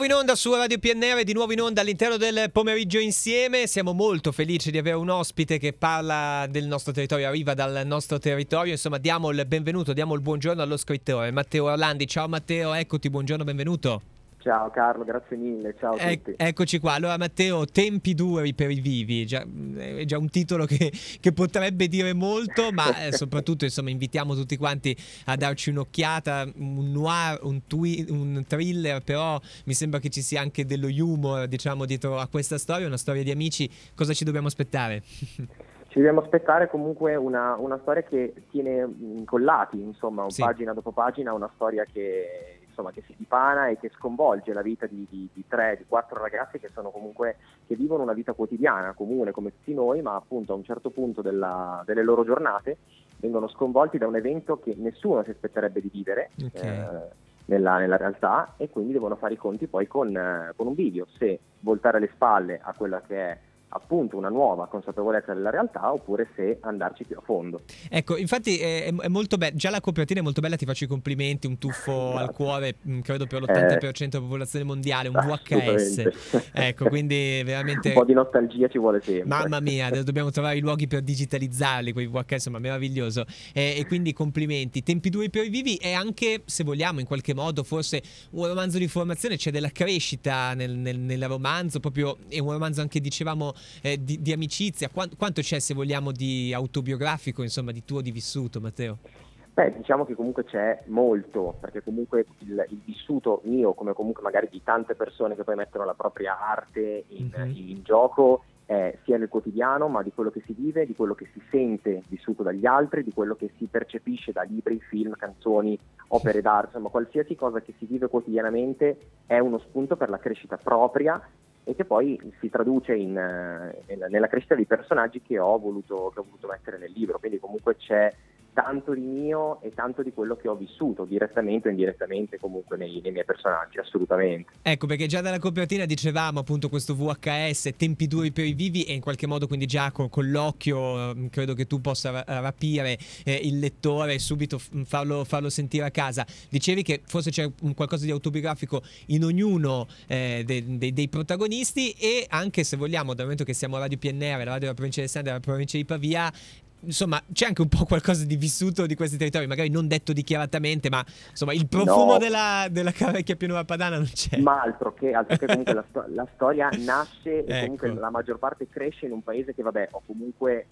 In onda su Radio PNR, di nuovo in onda all'interno del pomeriggio insieme. Siamo molto felici di avere un ospite che parla del nostro territorio, arriva dal nostro territorio. Insomma, diamo il benvenuto, diamo il buongiorno allo scrittore Matteo Orlandi. Ciao Matteo, eccoti, buongiorno, benvenuto. Ciao Carlo, grazie mille, ciao a tutti. Eccoci qua. Allora Matteo, tempi duri per i vivi, è già un titolo che potrebbe dire molto, ma soprattutto insomma invitiamo tutti quanti a darci un'occhiata, un noir, un thriller, però mi sembra che ci sia anche dello humor, diciamo, dietro a questa storia, una storia di amici. Cosa ci dobbiamo aspettare? Ci dobbiamo aspettare comunque una storia che tiene incollati, insomma, Sì. Pagina dopo pagina, una storia che si dipana e che sconvolge la vita di 4 ragazzi che sono comunque, che vivono una vita quotidiana, comune come tutti noi, ma appunto a un certo punto delle loro giornate vengono sconvolti da un evento che nessuno si aspetterebbe di vivere. Okay. Nella realtà, e quindi devono fare i conti poi con un bivio, se voltare le spalle a quella che è appunto una nuova consapevolezza della realtà, oppure se andarci più a fondo. Ecco, infatti è molto bella, già la copertina è molto bella, ti faccio i complimenti, un tuffo al cuore, credo per l'80% della popolazione mondiale, un VHS. Ecco, quindi veramente un po' di nostalgia ci vuole sempre. Mamma mia, dobbiamo trovare i luoghi per digitalizzarli, quei VHS, ma meraviglioso. E quindi complimenti. Tempi duri per i vivi è anche, se vogliamo, in qualche modo, forse un romanzo di formazione, c'è della crescita nel romanzo, proprio è un romanzo anche, dicevamo, di amicizia. Quanto c'è, se vogliamo, di autobiografico, insomma, di tuo, di vissuto, Matteo? Beh, diciamo che comunque c'è molto, perché comunque il vissuto mio, come comunque magari di tante persone che poi mettono la propria arte in gioco, sia nel quotidiano, ma di quello che si vive, di quello che si sente vissuto dagli altri, di quello che si percepisce da libri, film, canzoni, opere d'arte, insomma qualsiasi cosa che si vive quotidianamente è uno spunto per la crescita propria, e che poi si traduce nella crescita dei personaggi che ho voluto mettere nel libro. Quindi comunque c'è tanto di mio e tanto di quello che ho vissuto direttamente o indirettamente comunque nei miei personaggi, assolutamente. Ecco, perché già dalla copertina dicevamo appunto questo VHS, tempi duri per i vivi, e in qualche modo quindi già con l'occhio credo che tu possa rapire il lettore e subito farlo sentire a casa. Dicevi che forse c'è qualcosa di autobiografico in ognuno dei protagonisti, e anche, se vogliamo, dal momento che siamo a Radio PNR, la radio della provincia di Alessandria, della provincia di Pavia, insomma c'è anche un po' qualcosa di vissuto di questi territori, magari non detto dichiaratamente, ma insomma il profumo della Caverchia Pianura Padana non c'è. Ma altro che comunque la storia nasce e comunque Ecco. la maggior parte cresce in un paese che ho comunque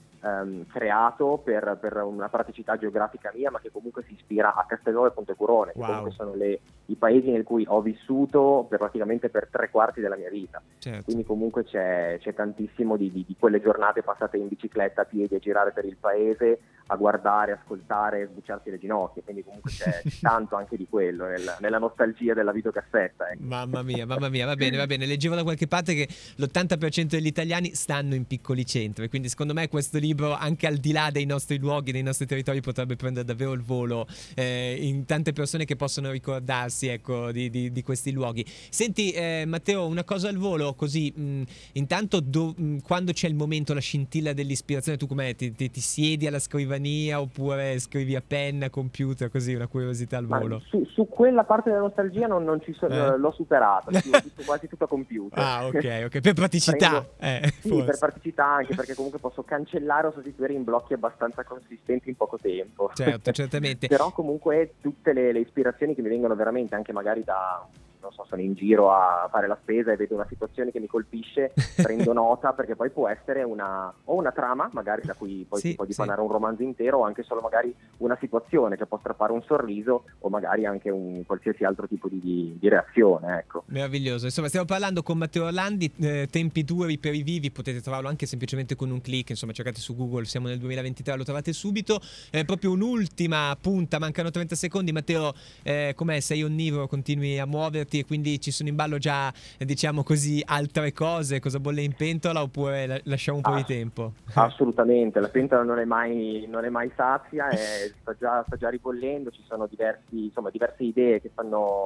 creato per una praticità geografica mia, ma che comunque si ispira a Castelnuovo e Pontecorone, che comunque sono i paesi nel cui ho vissuto praticamente per 3/4 della mia vita. Certo. Quindi comunque c'è tantissimo di quelle giornate passate in bicicletta, a piedi, a girare per il paese, a guardare, ascoltare, sbucciarsi le ginocchia. Quindi comunque c'è tanto anche di quello nella nostalgia della videocassetta. Ecco. Mamma mia, va bene. Leggevo da qualche parte che l'80% degli italiani stanno in piccoli centri, quindi secondo me questo libro, anche al di là dei nostri luoghi, dei nostri territori, potrebbe prendere davvero il volo in tante persone che possono ricordarsi, ecco, di questi luoghi. Senti Matteo, una cosa al volo, così intanto quando c'è il momento, la scintilla dell'ispirazione, tu com'è? Ti siedi alla scrivania oppure scrivi a penna, computer, così, una curiosità al volo? Su quella parte della nostalgia non ci sono, l'ho superata, quasi tutto a computer. Ah, ok, per praticità. Sì, per praticità, anche perché comunque posso cancellare o sostituire in blocchi abbastanza consistenti in poco tempo. Certo, certamente. Però comunque tutte le ispirazioni che mi vengono veramente, anche magari non so, sono in giro a fare la spesa e vedo una situazione che mi colpisce, prendo nota, perché poi può essere una trama magari da cui poi si può dipanare un romanzo intero, o anche solo magari una situazione che può strappare un sorriso, o magari anche un qualsiasi altro tipo di reazione, ecco. Meraviglioso. Insomma, stiamo parlando con Matteo Orlandi, tempi duri per i vivi, potete trovarlo anche semplicemente con un click, insomma cercate su Google, siamo nel 2023, lo trovate subito. Proprio un'ultima punta, mancano 30 secondi. Matteo, com'è? Sei onnivoro, continui a muoverti e quindi ci sono in ballo già, diciamo così, altre cose? Cosa bolle in pentola, oppure lasciamo un po' di tempo? Assolutamente, la pentola non è mai sazia, sta già ribollendo, ci sono diverse idee che stanno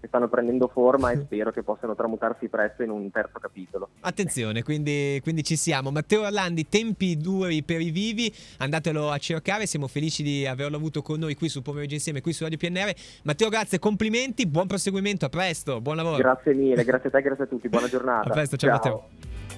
stanno prendendo forma, e spero che possano tramutarsi presto in un terzo capitolo. Attenzione, quindi ci siamo. Matteo Orlandi, Tempi duri per i vivi, andatelo a cercare, siamo felici di averlo avuto con noi qui su Pomeriggio Insieme, qui su Radio PNR. Matteo, grazie, complimenti, buon proseguimento, a presto, buon lavoro. Grazie mille, grazie a te, grazie a tutti, buona giornata. A presto, ciao Matteo.